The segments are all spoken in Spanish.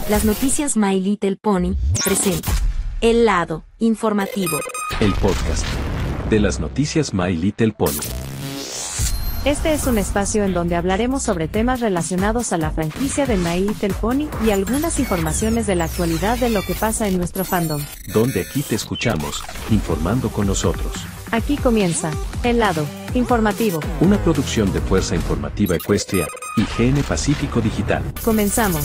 Las noticias My Little Pony presenta El Lado Informativo, el podcast de las noticias My Little Pony. Este es un espacio en donde hablaremos sobre temas relacionados a la franquicia de My Little Pony y algunas informaciones de la actualidad de lo que pasa en nuestro fandom. Donde aquí te escuchamos, informando con nosotros. Aquí comienza El Lado Informativo. Una producción de Fuerza Informativa Ecuestria y GN Pacífico Digital. Comenzamos.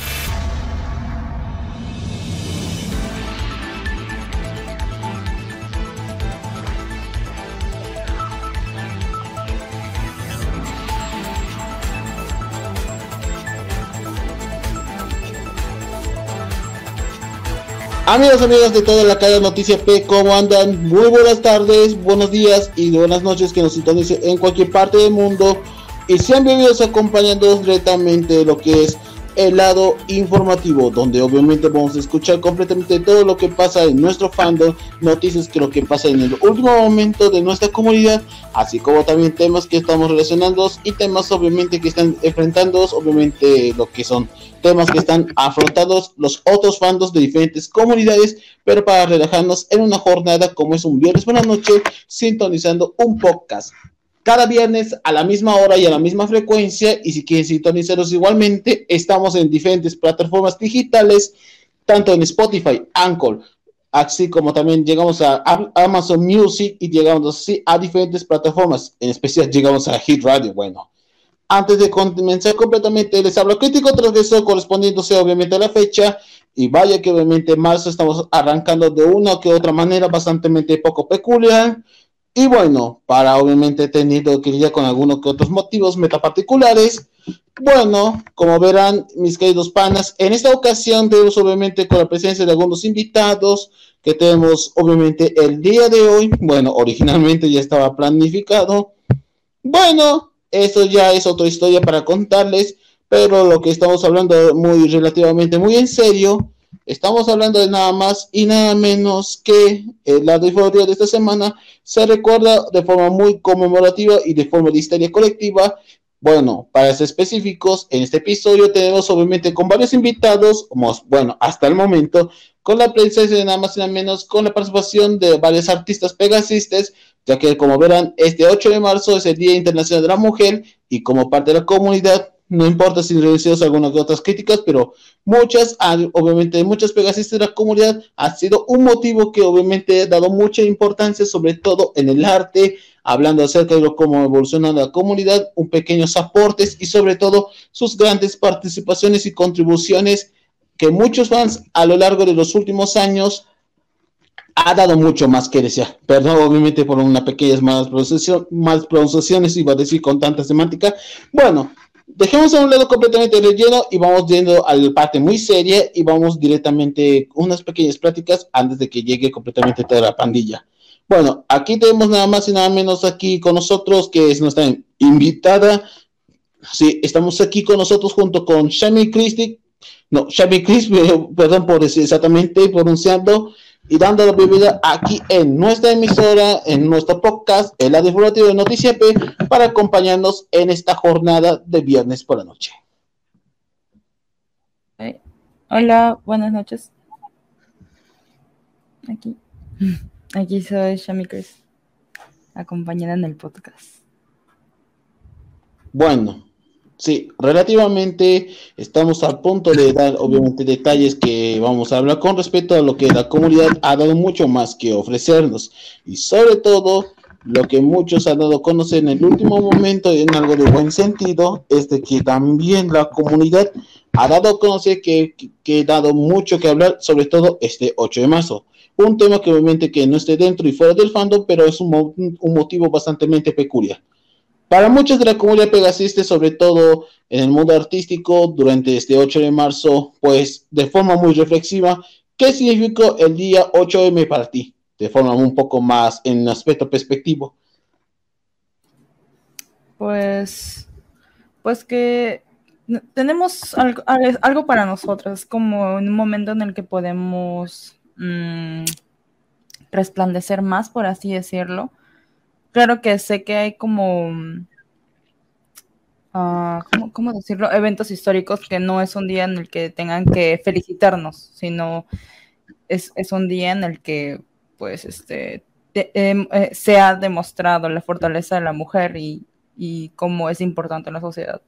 Amigos, amigas de toda la cadena Noticia P, ¿cómo andan? Muy buenas tardes, buenos días y buenas noches que nos sintonicen en cualquier parte del mundo. Y sean bienvenidos acompañándonos directamente de lo que es el lado informativo, donde obviamente vamos a escuchar completamente todo lo que pasa en nuestro fandom, noticias que lo que pasa en el último momento de nuestra comunidad, así como también temas que estamos relacionando y temas obviamente que están enfrentando, obviamente lo que son temas que están afrontados los otros fandoms de diferentes comunidades, pero para relajarnos en una jornada como es un viernes por la noche, sintonizando un podcast. Cada viernes a la misma hora y a la misma frecuencia, y si quieren sintonizarlos igualmente, estamos en diferentes plataformas digitales, tanto en Spotify, Anchor, así como también llegamos a Amazon Music y llegamos así a diferentes plataformas, en especial llegamos a Hit Radio. Bueno, antes de comenzar completamente, les hablo crítico transgresor correspondiéndose obviamente a la fecha, y vaya que obviamente marzo estamos arrancando de una que otra manera bastante poco peculiar. Y bueno, para obviamente tenido que lidiar con algunos que otros motivos metaparticulares, bueno, como verán mis queridos panas, en esta ocasión tenemos obviamente con la presencia de algunos invitados que tenemos obviamente el día de hoy. Bueno, originalmente ya estaba planificado. Bueno, eso ya es otra historia para contarles, pero lo que estamos hablando muy relativamente muy en serio. Estamos hablando de nada más y nada menos que la diferencia de esta semana se recuerda de forma muy conmemorativa y de forma de histeria colectiva. Bueno, para ser específicos, en este episodio tenemos obviamente con varios invitados, bueno, hasta el momento, con la presencia de nada más y nada menos, con la participación de varios artistas pegasistas, ya que como verán, este 8 de marzo es el Día Internacional de la Mujer y como parte de la comunidad, no importa si recibimos algunas que otras críticas, pero obviamente muchas pegasistas de la comunidad ha sido un motivo que obviamente ha dado mucha importancia, sobre todo en el arte, hablando acerca de cómo evoluciona la comunidad, un pequeños aportes y sobre todo sus grandes participaciones y contribuciones que muchos fans a lo largo de los últimos años ha dado mucho más que desear. Perdón, obviamente, por una pequeñas malas pronunciaciones, iba a decir con tanta semántica. Bueno, dejemos a un lado completamente el relleno y vamos yendo a la parte muy seria y vamos directamente unas pequeñas pláticas antes de que llegue completamente toda la pandilla. Bueno, aquí tenemos nada más y nada menos aquí con nosotros, que es nuestra invitada. Sí, estamos aquí con nosotros junto con Shami Christie. No, Shami Chris, perdón por decir exactamente, pronunciando y dando la bienvenida aquí en nuestra emisora, en nuestro podcast, el lado informativo de Noticia P, para acompañarnos en esta jornada de viernes por la noche. Hola, buenas noches. Aquí soy Shami Chris, acompañada en el podcast. Bueno, sí, relativamente estamos al punto de dar obviamente detalles que vamos a hablar con respecto a lo que la comunidad ha dado mucho más que ofrecernos y sobre todo lo que muchos han dado a conocer en el último momento en algo de buen sentido es de que también la comunidad ha dado a conocer que ha dado mucho que hablar, sobre todo este 8 de marzo. Un tema que obviamente que no esté dentro y fuera del fandom, pero es un motivo bastante peculiar. Para muchos de la comunidad pegasista, sobre todo en el mundo artístico, durante este 8 de marzo, pues de forma muy reflexiva, ¿qué significó el día 8M para ti? De forma un poco más en aspecto perspectivo. Pues que tenemos algo para nosotros, como un momento en el que podemos resplandecer más, por así decirlo. Claro que sé que hay como ¿cómo decirlo? Eventos históricos que no es un día en el que tengan que felicitarnos, sino es un día en el que, pues, se ha demostrado la fortaleza de la mujer y cómo es importante en la sociedad.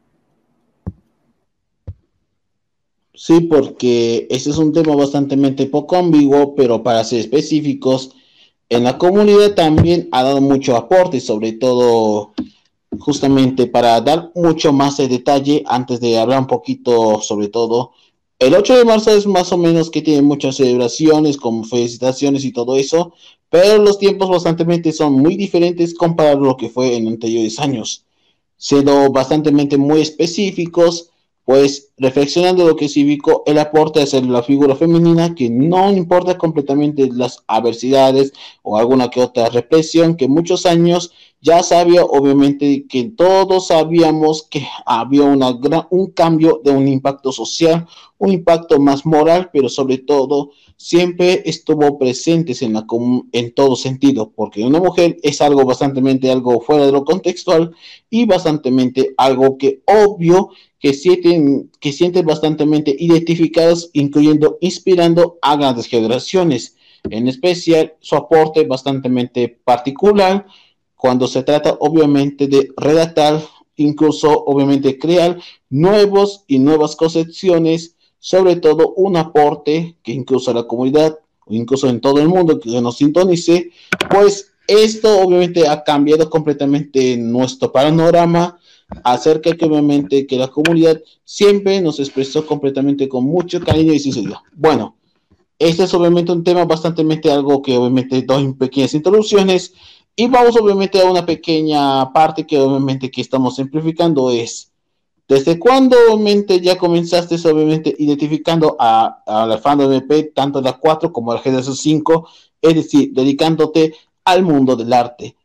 Sí, porque ese es un tema bastante poco ambiguo, pero para ser específicos, en la comunidad también ha dado mucho aporte, sobre todo justamente para dar mucho más de detalle, antes de hablar un poquito sobre todo, el 8 de marzo es más o menos que tiene muchas celebraciones, como felicitaciones y todo eso, pero los tiempos bastante son muy diferentes comparado a lo que fue en anteriores años, siendo bastante muy específicos, pues reflexionando lo que significó el aporte de ser la figura femenina, que no importa completamente las adversidades o alguna que otra represión, que muchos años ya sabía, obviamente, que todos sabíamos que había un cambio de un impacto social, un impacto más moral, pero sobre todo siempre estuvo presentes en todo sentido, porque una mujer es algo bastante algo fuera de lo contextual y bastante algo que obvio que sienten bastante identificadas, incluyendo, inspirando a grandes generaciones, en especial su aporte bastante particular cuando se trata obviamente de redactar, incluso obviamente crear nuevas concepciones, sobre todo un aporte que incluso a la comunidad, o incluso en todo el mundo que nos sintonice, pues esto obviamente ha cambiado completamente nuestro panorama acerca que obviamente que la comunidad siempre nos expresó completamente con mucho cariño y sinceridad. Bueno, este es obviamente un tema bastante algo que obviamente doy pequeñas introducciones y vamos obviamente a una pequeña parte que obviamente que estamos simplificando es ¿desde cuándo obviamente ya comenzaste obviamente identificando a la fandom MP, tanto la 4 como la generación 5, es decir, dedicándote al mundo del arte?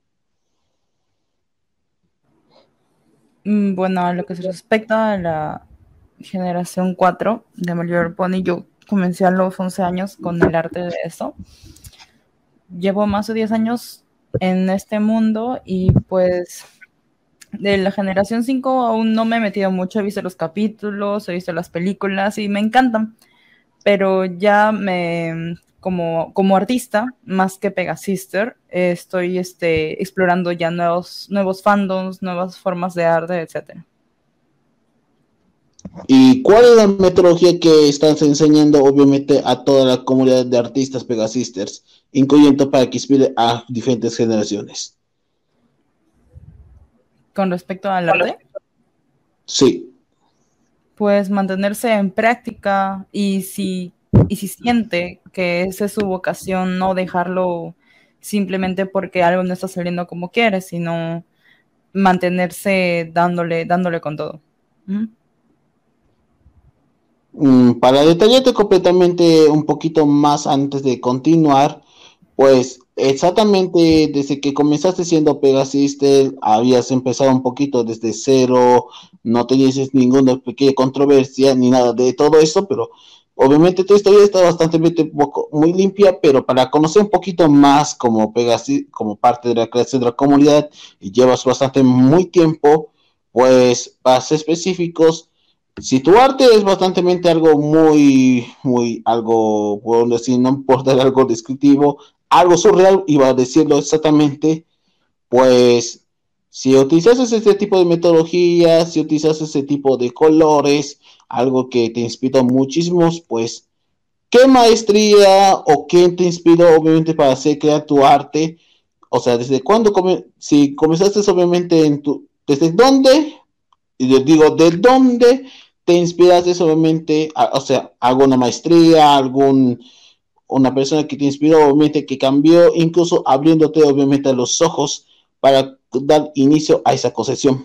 Bueno, a lo que se respecta a la generación 4 de My Little Pony, yo comencé a los 11 años con el arte de eso. Llevo más de 10 años en este mundo y pues de la generación 5 aún no me he metido mucho, he visto los capítulos, he visto las películas y me encantan, pero ya como artista, más que Pegasister, estoy explorando ya nuevos fandoms, nuevas formas de arte, etc. ¿Y cuál es la metodología que estás enseñando obviamente a toda la comunidad de artistas Pegasisters, incluyendo para que inspire a diferentes generaciones? Con respecto al arte, Sí. pues mantenerse en práctica y si siente que esa es su vocación, no dejarlo simplemente porque algo no está saliendo como quiere, sino mantenerse dándole con todo. Para detallarte completamente un poquito más antes de continuar, pues exactamente desde que comenzaste siendo Pegasister, habías empezado un poquito desde cero, no tenías ninguna pequeña controversia ni nada de todo eso, pero obviamente tu historia está bastante muy limpia, pero para conocer un poquito más como como parte de la creación de la comunidad, y llevas bastante muy tiempo, pues para ser específicos, si tu arte es bastante algo algo, bueno, decir, no importa algo descriptivo, algo surreal, iba a decirlo exactamente, pues si utilizas ese tipo de metodologías, si utilizas ese tipo de colores, algo que te inspiró muchísimo, pues, ¿qué maestría o quién te inspiró obviamente para hacer crear tu arte? O sea, ¿desde cuándo, si comenzaste obviamente desde dónde? Y les digo, ¿de dónde te inspiraste obviamente? O sea, alguna maestría, una persona que te inspiró, obviamente, que cambió, incluso abriéndote, obviamente, los ojos para dar inicio a esa concesión.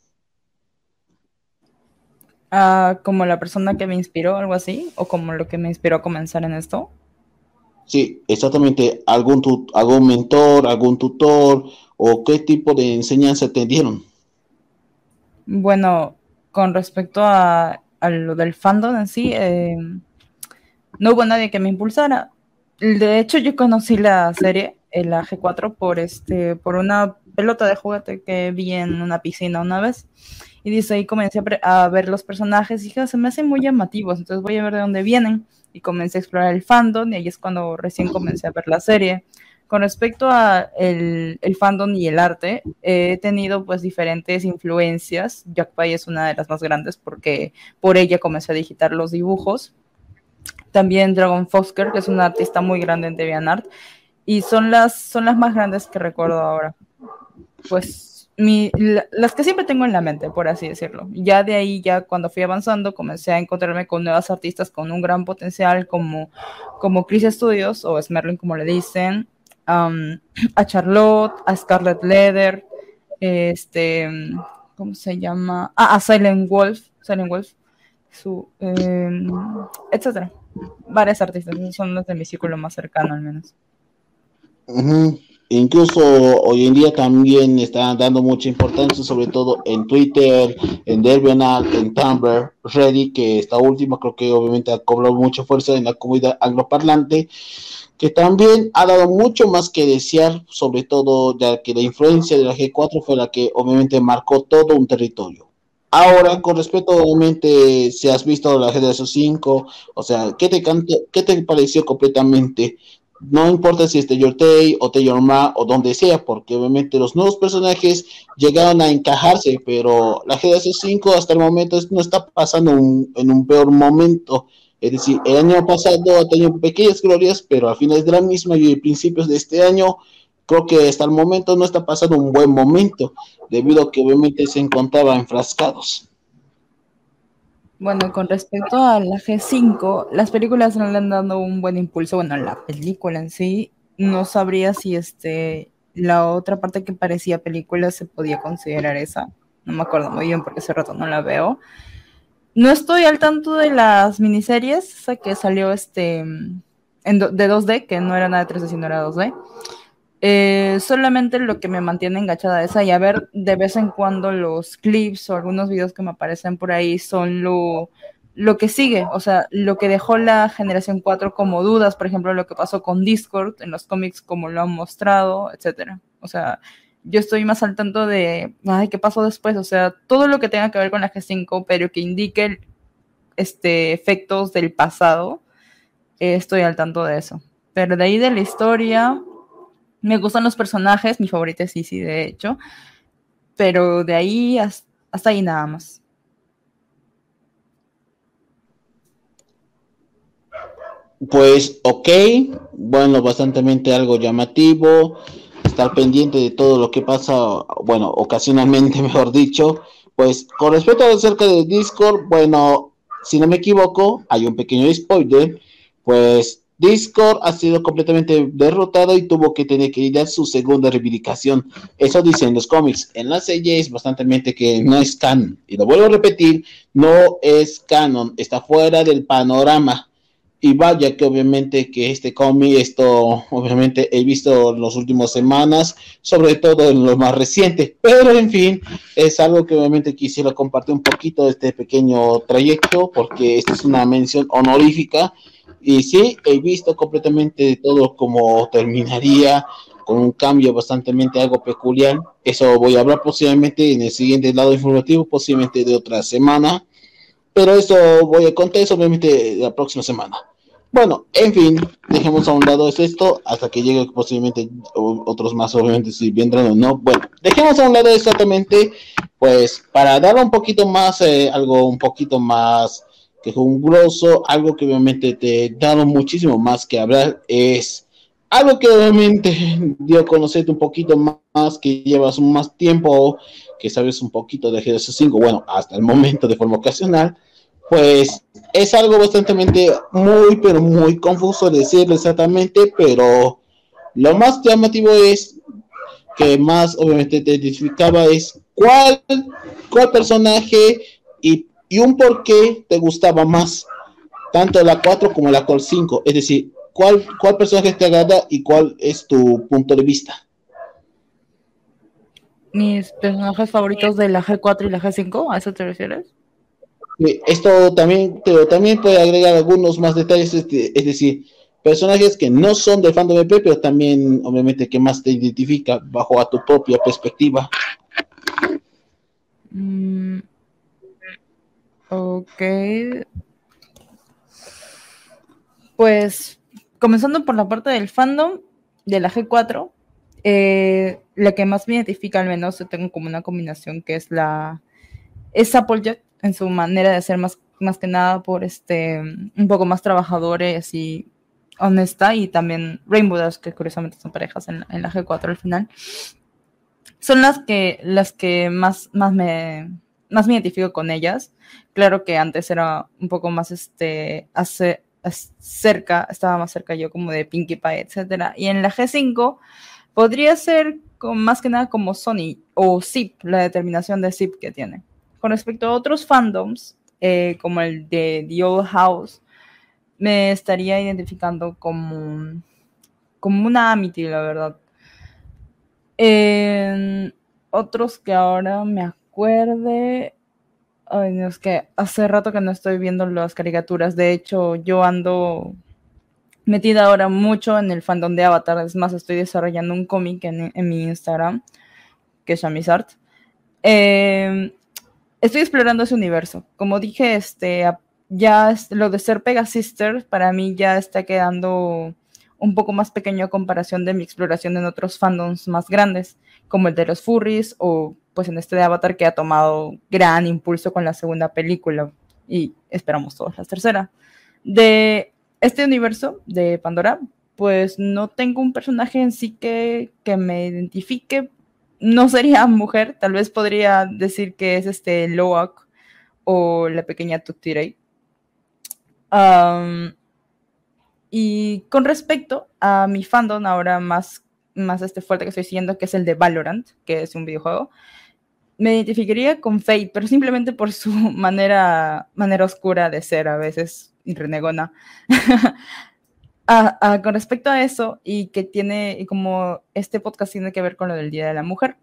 Como la persona que me inspiró, algo así, o como lo que me inspiró a comenzar en esto. Sí, exactamente. ¿Algún mentor, algún tutor o qué tipo de enseñanza te dieron? Bueno, con respecto a lo del fandom en sí, no hubo nadie que me impulsara. De hecho, yo conocí la serie, la G4, por una pelota de juguete que vi en una piscina una vez. Y dice, ahí comencé a ver los personajes y dije, se me hacen muy llamativos, entonces voy a ver de dónde vienen. Y comencé a explorar el fandom y ahí es cuando recién comencé a ver la serie. Con respecto a el fandom y el arte, he tenido pues diferentes influencias. Jack Pye es una de las más grandes porque por ella comencé a digitar los dibujos. También Dragon Foster, que es una artista muy grande en DeviantArt, y son las más grandes que recuerdo ahora. Pues las que siempre tengo en la mente, por así decirlo. Ya de ahí, ya cuando fui avanzando, comencé a encontrarme con nuevas artistas con un gran potencial, como Chris Studios, o Smerling como le dicen, a Charlotte, a Scarlet Leather, ¿cómo se llama? A Silent Wolf, etcétera. Varias artistas, son las de mi círculo más cercano al menos. Uh-huh. Incluso hoy en día también están dando mucha importancia, sobre todo en Twitter, en DeviantArt, en Tumblr, Reddit, que esta última creo que obviamente ha cobrado mucha fuerza en la comunidad angloparlante, que también ha dado mucho más que desear, sobre todo ya que la influencia de la G4 fue la que obviamente marcó todo un territorio. Ahora, con respecto, obviamente, si has visto la generación 5, o sea, ¿qué te pareció completamente? No importa si es Taylor Tay o Taylor Ma o donde sea, porque obviamente los nuevos personajes llegaron a encajarse, pero la generación 5 hasta el momento no está pasando en un peor momento. Es decir, el año pasado ha tenido pequeñas glorias, pero a fines de la misma y principios de este año, creo que hasta el momento no está pasando un buen momento, debido a que obviamente se encontraba enfrascados. Bueno, con respecto a la G5, las películas no le han dado un buen impulso. Bueno, la película en sí, no sabría si la otra parte que parecía película se podía considerar esa. No me acuerdo muy bien porque hace rato no la veo. No estoy al tanto de las miniseries, esa que salió de 2D, que no era nada de 3D, sino era 2D. Solamente lo que me mantiene enganchada es ahí a ver de vez en cuando los clips o algunos videos que me aparecen por ahí son lo que sigue, o sea, lo que dejó la generación 4 como dudas, por ejemplo, lo que pasó con Discord en los cómics, como lo han mostrado, etcétera. O sea, yo estoy más al tanto de, ¿qué pasó después? O sea, todo lo que tenga que ver con la G5, pero que indique efectos del pasado, estoy al tanto de eso. Pero de ahí de la historia, me gustan los personajes, mi favorita es Sisi, de hecho, pero de ahí hasta ahí nada más. Pues ok, bueno, bastante algo llamativo, estar pendiente de todo lo que pasa, bueno, ocasionalmente mejor dicho. Pues con respecto a acerca de Discord, bueno, si no me equivoco, hay un pequeño spoiler, pues Discord ha sido completamente derrotado y tuvo que tener que ir a su segunda reivindicación. Eso dicen los cómics. En la serie es bastante que no es canon. Y lo vuelvo a repetir, no es canon, está fuera del panorama. Y vaya que obviamente que este cómic, esto obviamente he visto en las últimas semanas, sobre todo en lo más reciente, pero en fin, es algo que obviamente quisiera compartir un poquito de este pequeño trayecto, porque esta es una mención honorífica, y sí, he visto completamente de todo cómo terminaría, con un cambio bastante algo peculiar. Eso voy a hablar posiblemente en el siguiente lado informativo, posiblemente de otra semana, pero eso voy a contar obviamente la próxima semana. Bueno, en fin, dejemos a un lado esto hasta que llegue posiblemente otros más, obviamente si vendrán o no. Bueno, dejemos a un lado exactamente, pues para dar un poquito más, algo un poquito más quejumbroso, algo que obviamente te da muchísimo más que hablar, es algo que obviamente dio a conocerte un poquito más, que llevas más tiempo, que sabes un poquito de GDS 5, bueno, hasta el momento de forma ocasional. Pues es algo bastante pero muy confuso decirlo exactamente, pero lo más llamativo es que más obviamente te identificaba es cuál personaje y un por qué te gustaba más, tanto la 4 como la 5, es decir, cuál personaje te agrada y cuál es tu punto de vista. Mis personajes favoritos de la G4 y la G5, ¿a eso te refieres? Esto también puede agregar algunos más detalles, es decir, personajes que no son del fandom EP, pero también, obviamente, que más te identifica bajo a tu propia perspectiva. Ok. Pues, comenzando por la parte del fandom de la G4, la que más me identifica, al menos yo tengo como una combinación que es Applejack en su manera de ser más que nada por un poco más trabajadores y honesta, y también Rainbow Dash, que curiosamente son parejas en la G4 al final. Son las que más me identifico con ellas. Claro que antes era un poco más estaba más cerca yo como de Pinkie Pie, etcétera. Y en la G5 podría ser más que nada como Sony o Zip, la determinación de Zip que tiene. Con respecto a otros fandoms, como el de The Old House, me estaría identificando como una Amity, la verdad. Otros que ahora me acuerde... Ay, no, es que hace rato que no estoy viendo las caricaturas. De hecho, yo ando metida ahora mucho en el fandom de Avatar. Es más, estoy desarrollando un cómic en mi Instagram, que es Shamizart. Estoy explorando ese universo. Como dije, ya lo de ser Pegasisters para mí ya está quedando un poco más pequeño a comparación de mi exploración en otros fandoms más grandes, como el de los furries o pues en de Avatar, que ha tomado gran impulso con la segunda película y esperamos todos la tercera. De este universo de Pandora, pues no tengo un personaje en sí que me identifique. No sería mujer, tal vez podría decir que es Loak o la pequeña Tuktirei. Y con respecto a mi fandom ahora más fuerte que estoy siguiendo, que es el de Valorant, que es un videojuego, me identificaría con Fate, pero simplemente por su manera oscura de ser, a veces, y renegona. Con respecto a eso, y que tiene, y como este podcast tiene que ver con lo del Día de la Mujer,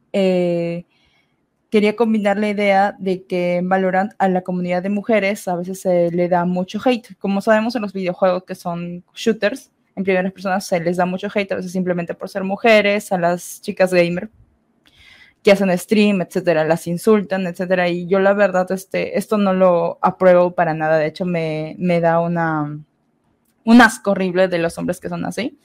quería combinar la idea de que en Valorant a la comunidad de mujeres a veces se le da mucho hate. Como sabemos en los videojuegos que son shooters, en primeras personas se les da mucho hate, a veces simplemente por ser mujeres, a las chicas gamer que hacen stream, etcétera, las insultan, etcétera, y yo la verdad esto no lo apruebo para nada. De hecho me da un asco horrible de los hombres que son así.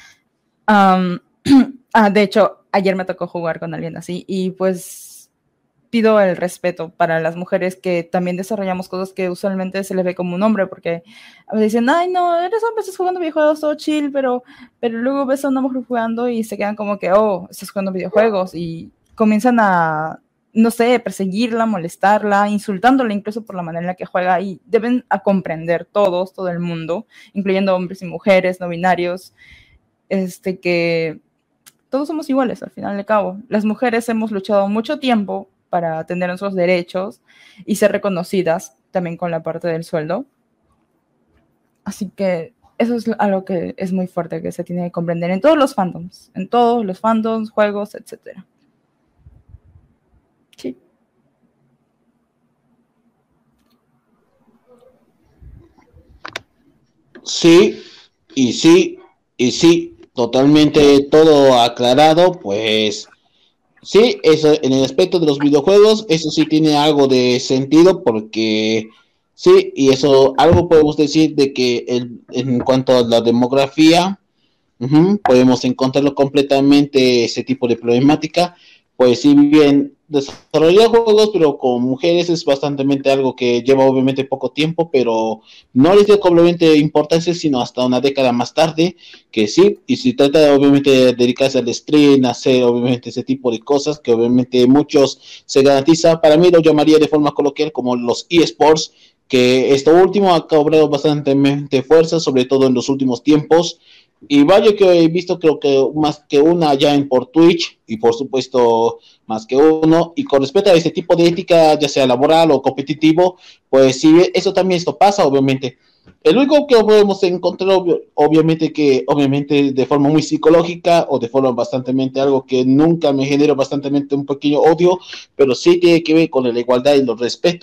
De hecho, ayer me tocó jugar con alguien así, y pues pido el respeto para las mujeres que también desarrollamos cosas que usualmente se les ve como un hombre, porque a veces dicen, ay no, eres hombre, estás jugando videojuegos, todo chill, pero luego ves a una mujer jugando y se quedan como que, oh, estás jugando videojuegos, y comienzan a, no sé, perseguirla, molestarla, insultándola incluso por la manera en la que juega, y deben a comprender todo el mundo, incluyendo hombres y mujeres, no binarios, que todos somos iguales al final de cabo. Las mujeres hemos luchado mucho tiempo para tener nuestros derechos y ser reconocidas también con la parte del sueldo. Así que eso es algo que es muy fuerte, que se tiene que comprender en todos los fandoms, juegos, etcétera. Sí. Sí, totalmente todo aclarado, pues sí, eso en el aspecto de los videojuegos, eso sí tiene algo de sentido, porque sí, y eso algo podemos decir de que en cuanto a la demografía, podemos encontrarlo completamente ese tipo de problemática. Pues si bien desarrollar juegos pero con mujeres es bastante algo que lleva obviamente poco tiempo, pero no les dio completamente importancia sino hasta una década más tarde, que sí, y si trata obviamente de dedicarse al stream, hacer obviamente ese tipo de cosas que obviamente muchos se garantiza. Para mí lo llamaría de forma coloquial como los eSports, que esto último ha cobrado bastante fuerza, sobre todo en los últimos tiempos. Y vaya que he visto, creo que más que una ya por Twitch, y por supuesto más que uno. Y con respecto a este tipo de ética, ya sea laboral o competitivo, pues sí, eso también esto pasa, obviamente. El único que podemos encontrar, obviamente de forma muy psicológica o de forma bastante algo que nunca me genera bastante un pequeño odio, pero sí tiene que ver con la igualdad y el respeto.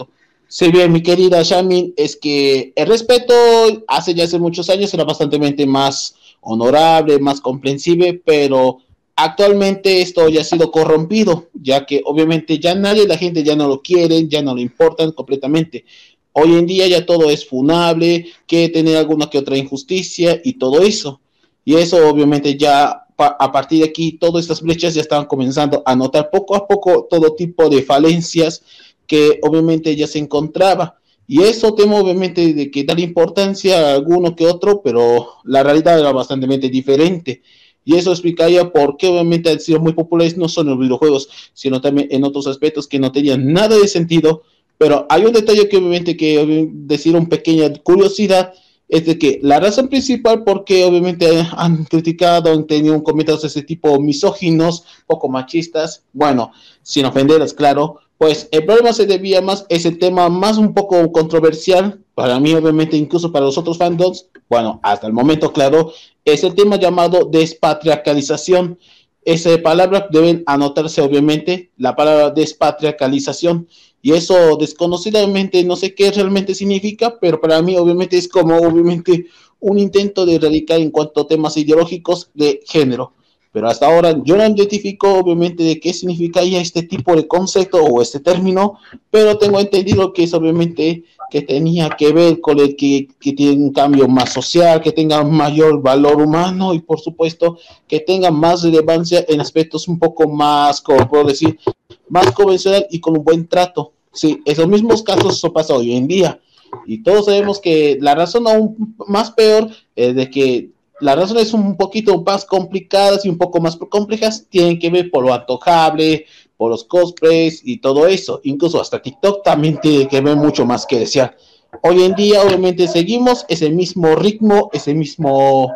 Sí, bien, mi querida Shamin, es que el respeto hace muchos años era bastante más honorable, más comprensible, pero actualmente esto ya ha sido corrompido, ya que obviamente ya nadie, la gente ya no lo quiere, ya no lo importan completamente. Hoy en día ya todo es funable, que tener alguna que otra injusticia y todo eso. Y eso obviamente ya a partir de aquí todas estas brechas ya estaban comenzando a notar poco a poco todo tipo de falencias que obviamente ya se encontraba. Y eso temo obviamente de que dar importancia a alguno que otro, pero la realidad era bastante diferente. Y eso explicaría por qué obviamente han sido muy populares no solo en los videojuegos, sino también en otros aspectos que no tenían nada de sentido. Pero hay un detalle que obviamente que decir una pequeña curiosidad, es de que la razón principal por qué obviamente han criticado, han tenido comentarios de ese tipo misóginos, poco machistas, bueno, sin ofenderlas, claro, pues el problema se debía más, ese tema más un poco controversial, para mí obviamente incluso para los otros fandoms, bueno, hasta el momento claro, es el tema llamado despatriarcalización. Esa palabra deben anotarse obviamente, la palabra despatriarcalización, y eso desconocidamente no sé qué realmente significa, pero para mí obviamente es como obviamente un intento de erradicar en cuanto a temas ideológicos de género. Pero hasta ahora yo no identifico obviamente de qué significaría este tipo de concepto o este término, pero tengo entendido que es obviamente que tenía que ver con el que tiene un cambio más social, que tenga mayor valor humano y por supuesto que tenga más relevancia en aspectos un poco más, como puedo decir, más convencional y con un buen trato. Sí, esos mismos casos eso pasa hoy en día y todos sabemos que la razón aún más peor es de que las razones un poquito más complicadas y un poco más complejas tienen que ver por lo antojable, por los cosplays y todo eso. Incluso hasta TikTok también tiene que ver mucho más que desear. Hoy en día obviamente seguimos ese mismo ritmo, ese mismo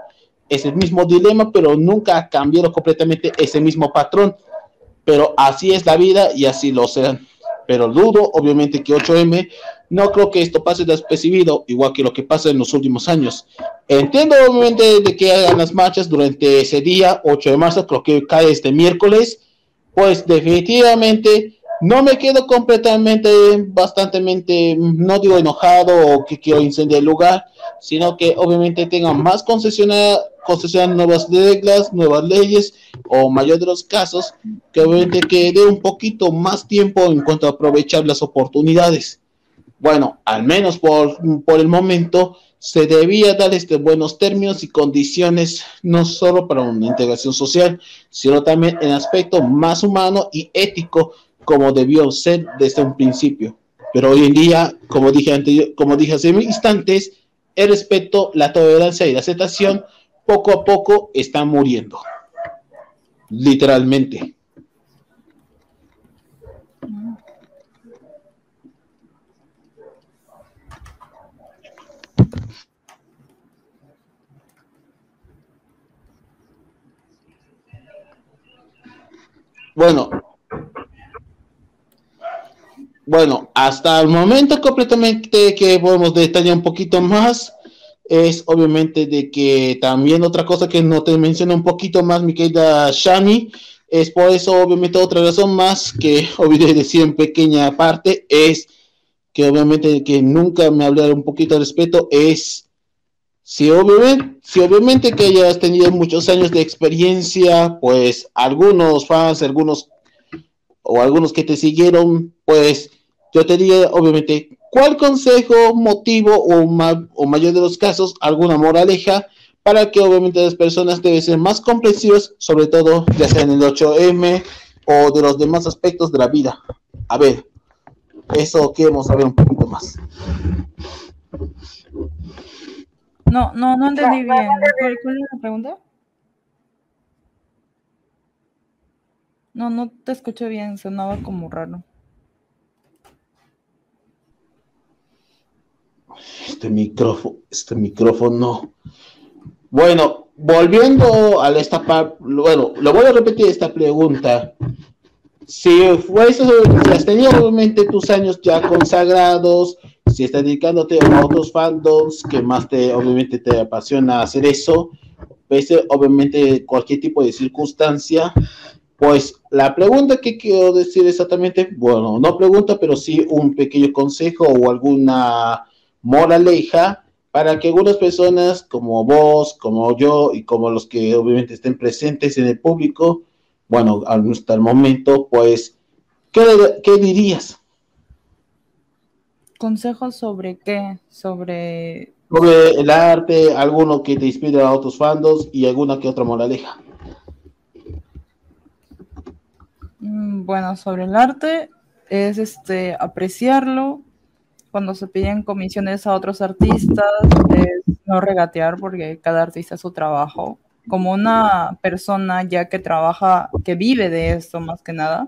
dilema, pero nunca ha cambiado completamente ese mismo patrón. Pero así es la vida y así lo serán. Pero dudo, obviamente, que 8M, no creo que esto pase despercibido, igual que lo que pasa en los últimos años. Entiendo, obviamente, de que hagan las marchas durante ese día, 8 de marzo, creo que cae este miércoles, pues definitivamente no me quedo completamente, no digo enojado o que quiero incendiar el lugar, sino que obviamente tengan más concesionar nuevas reglas, nuevas leyes, o mayor de los casos, que obviamente que dé un poquito más tiempo en cuanto a aprovechar las oportunidades. Bueno, al menos por el momento, se debía dar buenos términos y condiciones, no solo para una integración social, sino también en aspecto más humano y ético, como debió ser desde un principio. Pero hoy en día, como dije hace instantes, el respeto, la tolerancia y la aceptación poco a poco están muriendo. Literalmente. Bueno, hasta el momento completamente que podemos detallar un poquito más es obviamente de que también otra cosa que no te menciona un poquito más, mi querida Shani, es por eso obviamente otra razón más que olvidé decir en pequeña parte, es que obviamente que nunca me hablara un poquito de respeto, es si obviamente que hayas tenido muchos años de experiencia, pues algunos fans, algunos que te siguieron, pues yo te diría obviamente ¿cuál consejo, motivo o mayor de los casos, alguna moraleja para que obviamente las personas deben ser más comprensivas, sobre todo ya sea en el 8M o de los demás aspectos de la vida? A ver, eso queremos saber un poquito más. No entendí bien. ¿Cuál es la pregunta? No te escuché bien, sonaba como raro. Este micrófono. Bueno, volviendo a esta parte, bueno, lo voy a repetir esta pregunta. Si has tenido obviamente tus años ya consagrados, si estás dedicándote a otros fandoms que más obviamente te apasiona hacer eso, pese obviamente cualquier tipo de circunstancia, Pues la pregunta que quiero decir exactamente, bueno, no pregunta, pero sí un pequeño consejo o alguna moraleja para que algunas personas como vos, como yo y como los que obviamente estén presentes en el público, bueno, hasta el momento, pues, ¿qué dirías ¿Consejos sobre qué? Sobre, sobre el arte, alguno que te inspire a otros fandoms y alguna que otra moraleja? bueno, sobre el arte es apreciarlo. Cuando se piden comisiones a otros artistas, es no regatear porque cada artista es su trabajo. Como una persona ya que trabaja, que vive de esto más que nada,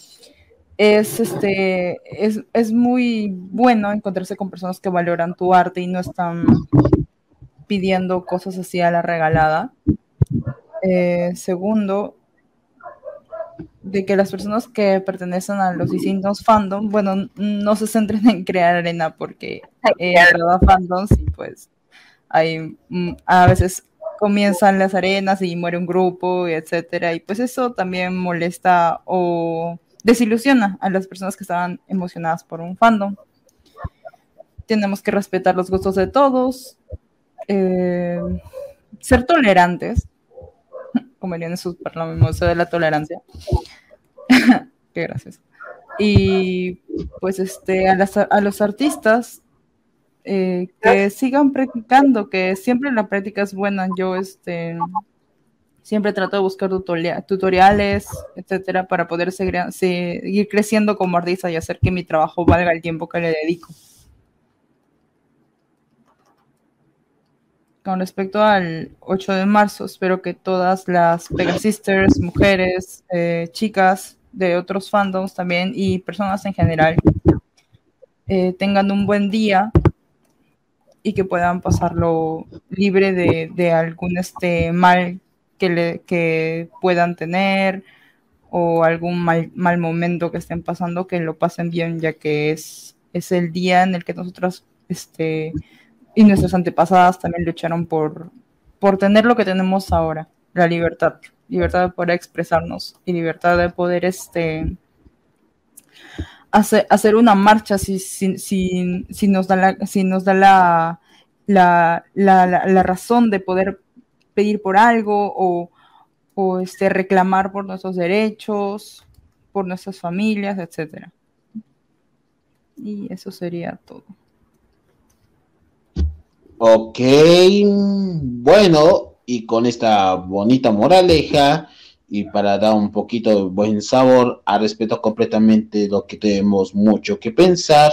es muy bueno encontrarse con personas que valoran tu arte y no están pidiendo cosas así a la regalada. Segundo, de que las personas que pertenecen a los distintos fandoms, bueno, no se centren en crear arena porque he entrado a fandoms y pues hay, a veces comienzan las arenas y muere un grupo, y etcétera, y pues eso también molesta o desilusiona a las personas que estaban emocionadas por un fandom. Tenemos que respetar los gustos de todos, ser tolerantes, como dirían en su Museo de la Tolerancia. Qué gracias. Y pues a los artistas que sigan practicando, que siempre la práctica es buena. Yo siempre trato de buscar tutoriales, etcétera, para poder seguir creciendo como artista y hacer que mi trabajo valga el tiempo que le dedico. Con respecto al 8 de marzo, espero que todas las Pegasisters, mujeres, chicas de otros fandoms también y personas en general tengan un buen día y que puedan pasarlo libre de algún mal que puedan tener o algún mal momento que estén pasando, que lo pasen bien, ya que es el día en el que nosotras y nuestras antepasadas también lucharon por tener lo que tenemos ahora, la libertad de poder expresarnos y libertad de poder hacer una marcha si nos da la razón de poder pedir por algo o reclamar por nuestros derechos, por nuestras familias, etcétera. Y eso sería todo. Ok, bueno, y con esta bonita moraleja y para dar un poquito de buen sabor, respeto completamente lo que tenemos mucho que pensar.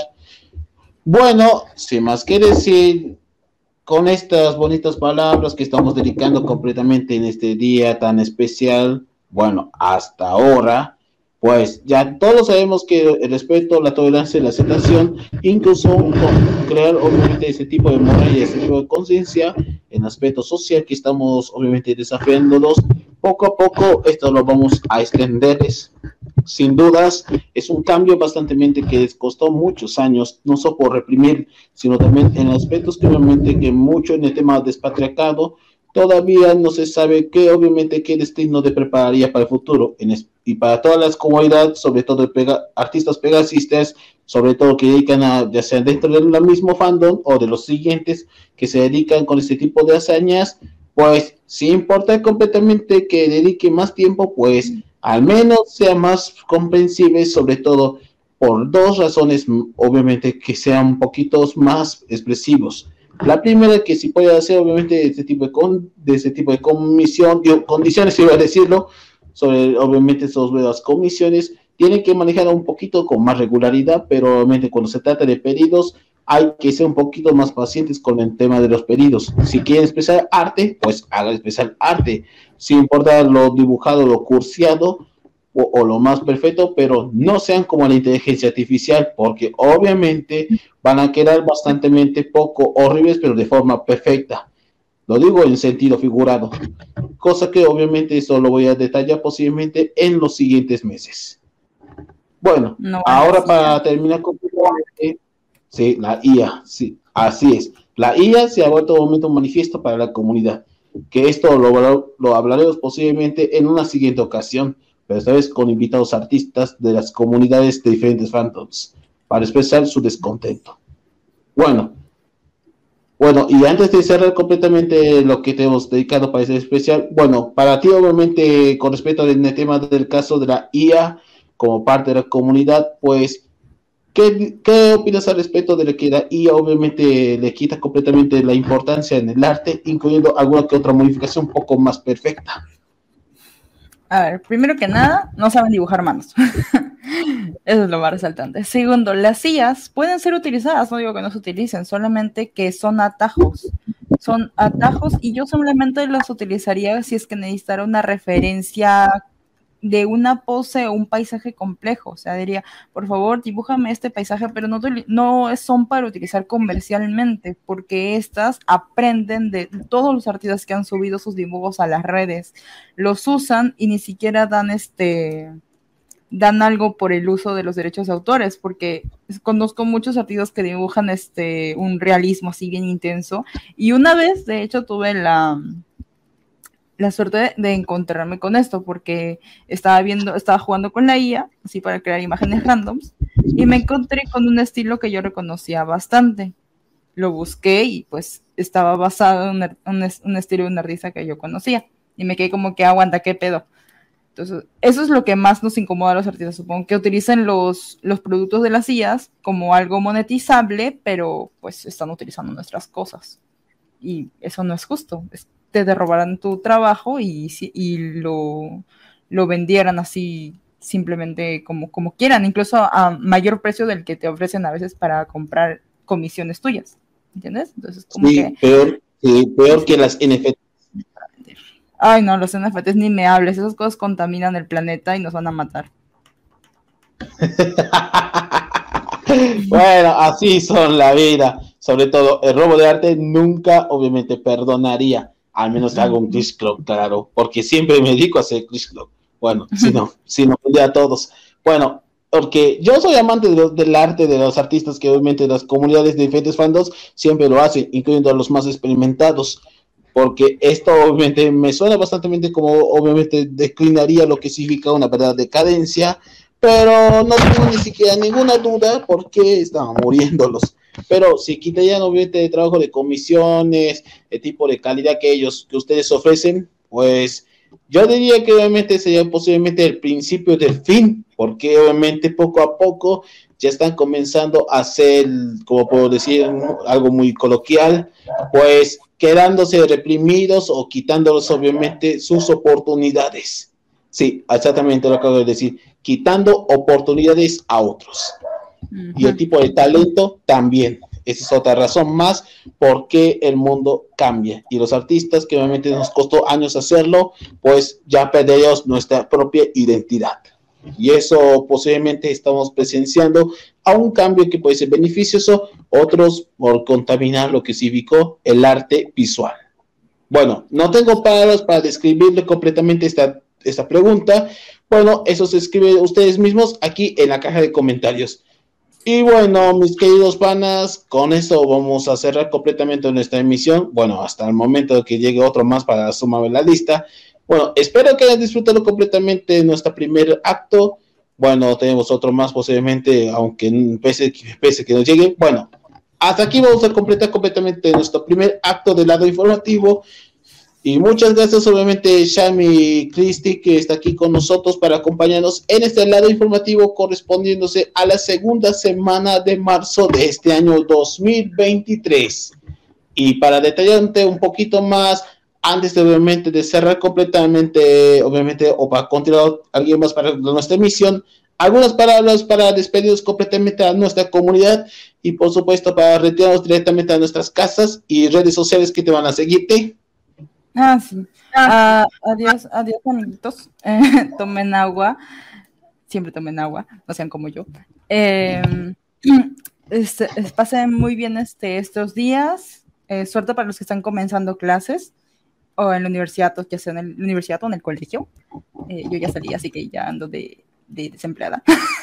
Bueno, sin más que decir, con estas bonitas palabras que estamos dedicando completamente en este día tan especial, bueno, hasta ahora, pues ya todos sabemos que el respeto, la tolerancia y la aceptación, incluso crear obviamente ese tipo de moral y ese tipo de conciencia en aspecto social que estamos obviamente desafiándolos, poco a poco esto lo vamos a extenderles. Sin dudas, es un cambio bastante que les costó muchos años, no solo por reprimir, sino también en aspectos que obviamente que mucho en el tema del despatriarcado, todavía no se sabe qué destino te prepararía para el futuro. Y para todas las comunidades, sobre todo artistas pegasistas, sobre todo que dedican ya sea dentro del mismo fandom o de los siguientes que se dedican con este tipo de hazañas, pues sin importar completamente que dedique más tiempo, pues al menos sea más comprensible, sobre todo por dos razones, obviamente que sean un poquito más expresivos. La primera, que si puede hacer obviamente de este tipo de condiciones, iba a decirlo, sobre obviamente esas comisiones, tienen que manejar un poquito con más regularidad, pero obviamente cuando se trata de pedidos, hay que ser un poquito más pacientes con el tema de los pedidos. Si quieren expresar arte, pues hagan expresar arte, sin importar lo dibujado, lo cursiado, o lo más perfecto, pero no sean como la inteligencia artificial, porque obviamente van a quedar bastante poco horribles, pero de forma perfecta. Lo digo en sentido figurado, cosa que obviamente eso lo voy a detallar posiblemente en los siguientes meses. Bueno, ahora para terminar completamente, sí, la IA, sí, así es. La IA se ha vuelto un momento manifiesto para la comunidad, que esto lo hablaremos posiblemente en una siguiente ocasión, pero esta vez con invitados artistas de las comunidades de diferentes fandoms, para expresar su descontento. Bueno, y antes de cerrar completamente lo que te hemos dedicado para este especial, bueno, para ti obviamente con respecto al tema del caso de la IA como parte de la comunidad, pues, ¿qué opinas al respecto de que la IA obviamente le quita completamente la importancia en el arte, incluyendo alguna que otra modificación un poco más perfecta? A ver, primero que nada, no saben dibujar manos. Eso es lo más resaltante. Segundo, las sillas pueden ser utilizadas, no digo que no se utilicen, solamente que son atajos. Son atajos y yo solamente los utilizaría si es que necesitara una referencia de una pose o un paisaje complejo. O sea, diría, por favor, dibújame este paisaje, pero no son para utilizar comercialmente, porque estas aprenden de todos los artistas que han subido sus dibujos a las redes. Los usan y ni siquiera dan algo por el uso de los derechos de autores, porque conozco muchos artistas que dibujan un realismo así bien intenso, y una vez, de hecho, tuve la suerte de encontrarme con esto, porque estaba jugando con la IA, así para crear imágenes randoms, y me encontré con un estilo que yo reconocía bastante. Lo busqué y pues estaba basado en un estilo de un artista que yo conocía, y me quedé como que aguanta, ¿qué pedo? Entonces, eso es lo que más nos incomoda a los artistas, supongo, que utilicen los productos de las IAs como algo monetizable, pero pues están utilizando nuestras cosas. Y eso no es justo. Te robaran tu trabajo y lo vendieran así simplemente como quieran, incluso a mayor precio del que te ofrecen a veces para comprar comisiones tuyas. ¿Entiendes? Entonces, como sí, que... peor que las NFT. Ay, no, los NFTs ni me hables, esas cosas contaminan el planeta y nos van a matar. Bueno, así son la vida. Sobre todo, el robo de arte nunca, obviamente, perdonaría. Al menos hago un Chris Clock, claro, porque siempre me dedico a hacer Chris Clock. Bueno, si no a todos. Bueno, porque yo soy amante del arte, de los artistas, que obviamente las comunidades de diferentes fandoms siempre lo hacen, incluyendo a los más experimentados. Porque esto obviamente me suena bastante como obviamente declinaría lo que significa una verdadera decadencia, pero no tengo ni siquiera ninguna duda porque estaban muriéndolos. Pero si quitarían obviamente el trabajo de comisiones, el tipo de calidad que ustedes ofrecen, pues yo diría que obviamente sería posiblemente el principio del fin, porque obviamente poco a poco ya están comenzando a hacer, como puedo decir, algo muy coloquial, pues quedándose reprimidos o quitándolos obviamente sus oportunidades. Sí, exactamente lo que acabo de decir, quitando oportunidades a otros. Uh-huh. Y el tipo de talento también. Esa es otra razón más por qué el mundo cambia. Y los artistas, que obviamente nos costó años hacerlo, pues ya perdemos nuestra propia identidad. Y eso posiblemente estamos presenciando a un cambio que puede ser beneficioso, otros por contaminar lo que significó el arte visual. Bueno, no tengo palabras para describirle completamente esta pregunta. Bueno, eso se escribe ustedes mismos aquí en la caja de comentarios. Y bueno, mis queridos panas, con eso vamos a cerrar completamente nuestra emisión. Bueno, hasta el momento de que llegue otro más para sumar la lista. Bueno, espero que hayan disfrutado completamente de nuestro primer acto. Bueno, tenemos otro más posiblemente, aunque pese que nos llegue. Bueno, hasta aquí vamos a completar completamente nuestro primer acto del lado informativo. Y muchas gracias obviamente Shami Cristi, que está aquí con nosotros para acompañarnos en este lado informativo correspondiéndose a la segunda semana de marzo de este año 2023. Y para detallarte un poquito más, antes de obviamente de cerrar completamente, obviamente, o para continuar alguien más para nuestra emisión, algunas palabras para despedirnos completamente a nuestra comunidad y por supuesto para retirarnos directamente a nuestras casas y redes sociales que te van a seguirte. Sí. Adiós, amiguitos. Tomen agua. Siempre tomen agua, no sean como yo. Pasen muy bien estos días. Suerte para los que están comenzando clases o en la universidad, ya sea en la universidad o en el colegio. Yo ya salí, así que ya ando de desempleada.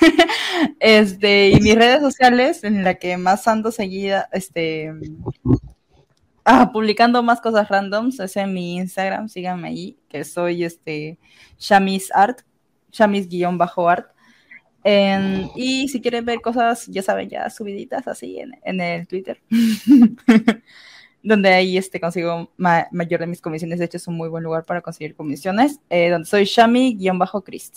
Y mis redes sociales, en la que más ando seguida, publicando más cosas randoms, es en mi Instagram, síganme ahí, que soy Shamis Art, shamis_art. Y si quieren ver cosas, ya saben, ya subiditas así en el Twitter, donde ahí consigo mayor de mis comisiones. De hecho, es un muy buen lugar para conseguir comisiones, donde soy Shami_Christ.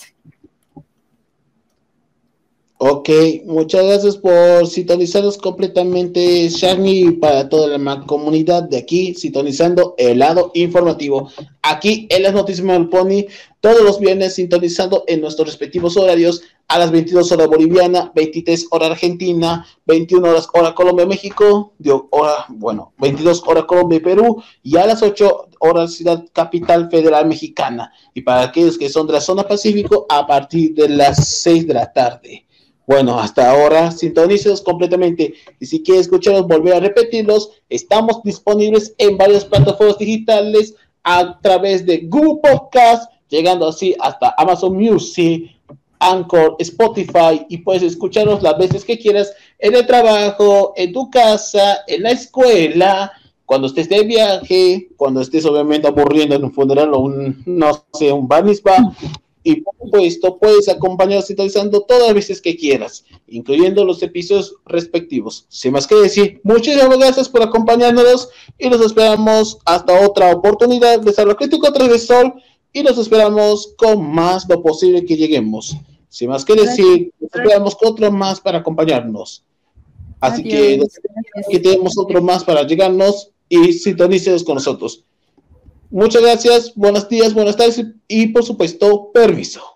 Ok, muchas gracias por sintonizarnos completamente, Shami, para toda la comunidad de aquí, sintonizando el lado informativo. Aquí en las noticias del Pony, todos los viernes sintonizando en nuestros respectivos horarios a las 22 horas boliviana, 23 horas argentina, 21 horas hora Colombia, México, 22 horas Colombia y Perú, y a las 8 horas Ciudad Capital Federal Mexicana. Y para aquellos que son de la zona Pacífico, a partir de las 6 de la tarde. Bueno, hasta ahora, sintonícenos completamente. Y si quieren escucharlos, volver a repetirlos, estamos disponibles en varias plataformas digitales a través de Google Podcast, llegando así hasta Amazon Music, Anchor, Spotify, y puedes escucharlos las veces que quieras en el trabajo, en tu casa, en la escuela, cuando estés de viaje, cuando estés obviamente aburriendo en un funeral o un bar mitzvah. Y por supuesto, puedes acompañarnos sintonizando todas las veces que quieras, incluyendo los episodios respectivos. Sin más que decir, muchísimas gracias por acompañarnos y los esperamos hasta otra oportunidad de Salva Crítico Transversal, y los esperamos con más lo posible que lleguemos. Sin más que decir, los esperamos con otro más para acompañarnos. Así que tenemos otro más para llegarnos y sintonícenos con nosotros. Muchas gracias, buenos días, buenas tardes y por supuesto, permiso.